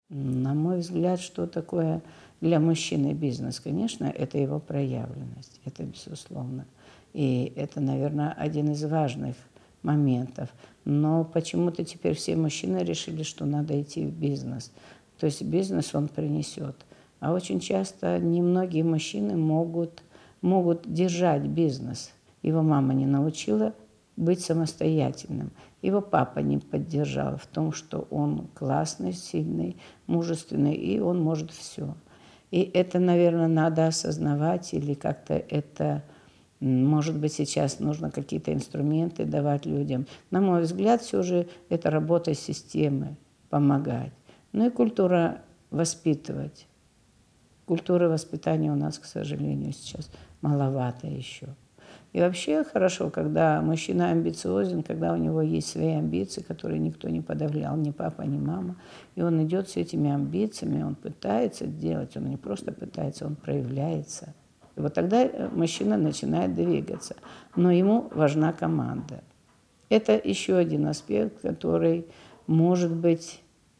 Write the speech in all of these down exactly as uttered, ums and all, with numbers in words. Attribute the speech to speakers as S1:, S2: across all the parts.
S1: На мой взгляд, что такое для мужчины бизнес? Конечно, это его проявленность, это безусловно. И это, наверное, один из важных моментов. Но почему-то теперь все мужчины решили, что надо идти в бизнес. То есть бизнес он принесет. А очень часто немногие мужчины могут, могут держать бизнес. Его мама не научила быть самостоятельным. Его папа не поддержал в том, что он классный, сильный, мужественный, и он может все. И это, наверное, надо осознавать или как-то это, может быть, сейчас нужно какие-то инструменты давать людям. На мой взгляд, все же это работа системы, помогать. Ну и культура воспитывать. Культуры воспитания у нас, к сожалению, сейчас маловато еще. И вообще хорошо, когда мужчина амбициозен, когда у него есть свои амбиции, которые никто не подавлял, ни папа, ни мама. И он идет с этими амбициями, он пытается делать, он не просто пытается, он проявляется. И вот тогда мужчина начинает двигаться. Но ему важна команда. Это еще один аспект, который может быть,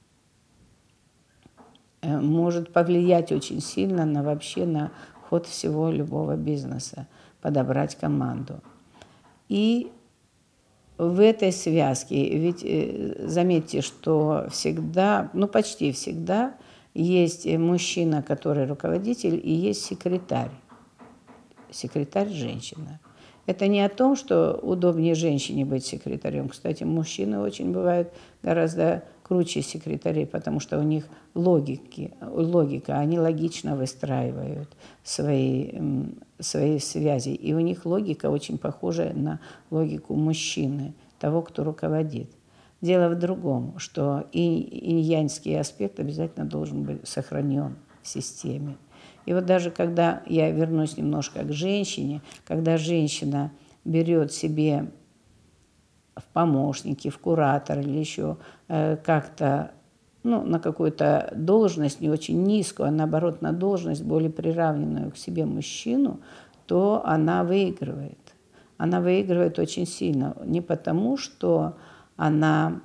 S1: может повлиять очень сильно на вообще на ход всего любого бизнеса. Подобрать команду. И в этой связке, ведь заметьте, что всегда, ну почти всегда есть мужчина, который руководитель, и есть секретарь. Секретарь – женщина. Это не о том, что удобнее женщине быть секретарем. Кстати, мужчины очень бывают гораздо круче секретарей, потому что у них логики, логика, они логично выстраивают свои, свои связи. И у них логика очень похожа на логику мужчины, того, кто руководит. Дело в другом, что и инь-яньский аспект обязательно должен быть сохранен в системе. И вот даже когда, я вернусь немножко к женщине, когда женщина берет себе в помощники, в куратор или еще э, как-то ну, на какую-то должность не очень низкую, а наоборот на должность более приравненную к себе мужчину, то она выигрывает. Она выигрывает очень сильно. Не потому, что она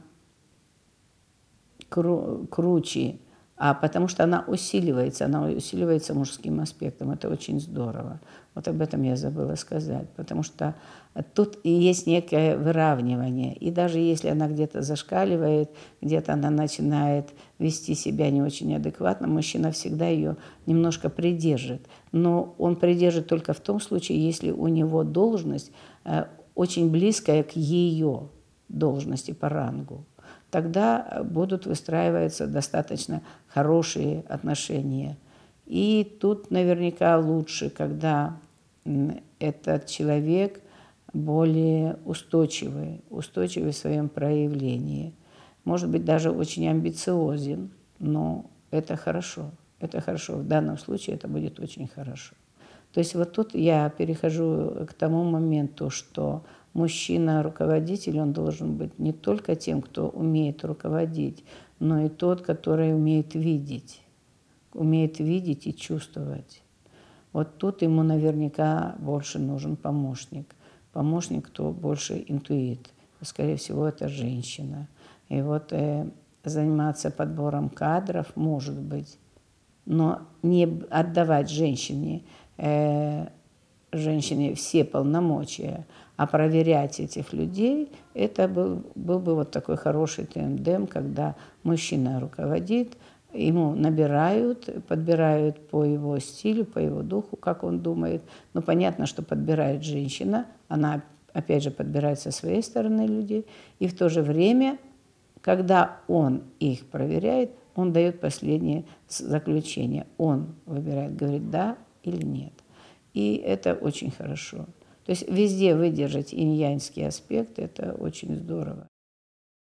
S1: кру- круче, а потому что она усиливается, она усиливается мужским аспектом. Это очень здорово. Вот об этом я забыла сказать. Потому что тут и есть некое выравнивание. И даже если она где-то зашкаливает, где-то она начинает вести себя не очень адекватно, мужчина всегда ее немножко придержит. Но он придержит только в том случае, если у него должность очень близкая к ее должности по рангу. Тогда будут выстраиваться достаточно хорошие отношения. И тут наверняка лучше, когда этот человек более устойчивый, устойчивый в своем проявлении. Может быть, даже очень амбициозен, но это хорошо. Это хорошо. В данном случае это будет очень хорошо. То есть вот тут я перехожу к тому моменту, что мужчина-руководитель, он должен быть не только тем, кто умеет руководить, но и тот, который умеет видеть, умеет видеть и чувствовать. Вот тут ему наверняка больше нужен помощник. Помощник, кто больше интуит. Скорее всего, это женщина. И вот э, заниматься подбором кадров может быть, но не отдавать женщине, э, женщине все полномочия, а проверять этих людей, это был, был бы вот такой хороший тандем, когда мужчина руководит, ему набирают, подбирают по его стилю, по его духу, как он думает. Но понятно, что подбирает женщина, она опять же подбирает со своей стороны людей, и в то же время, когда он их проверяет, он дает последнее заключение. Он выбирает, говорит да или нет. И это очень хорошо. То есть везде выдержать инь-яньский аспект – это очень здорово.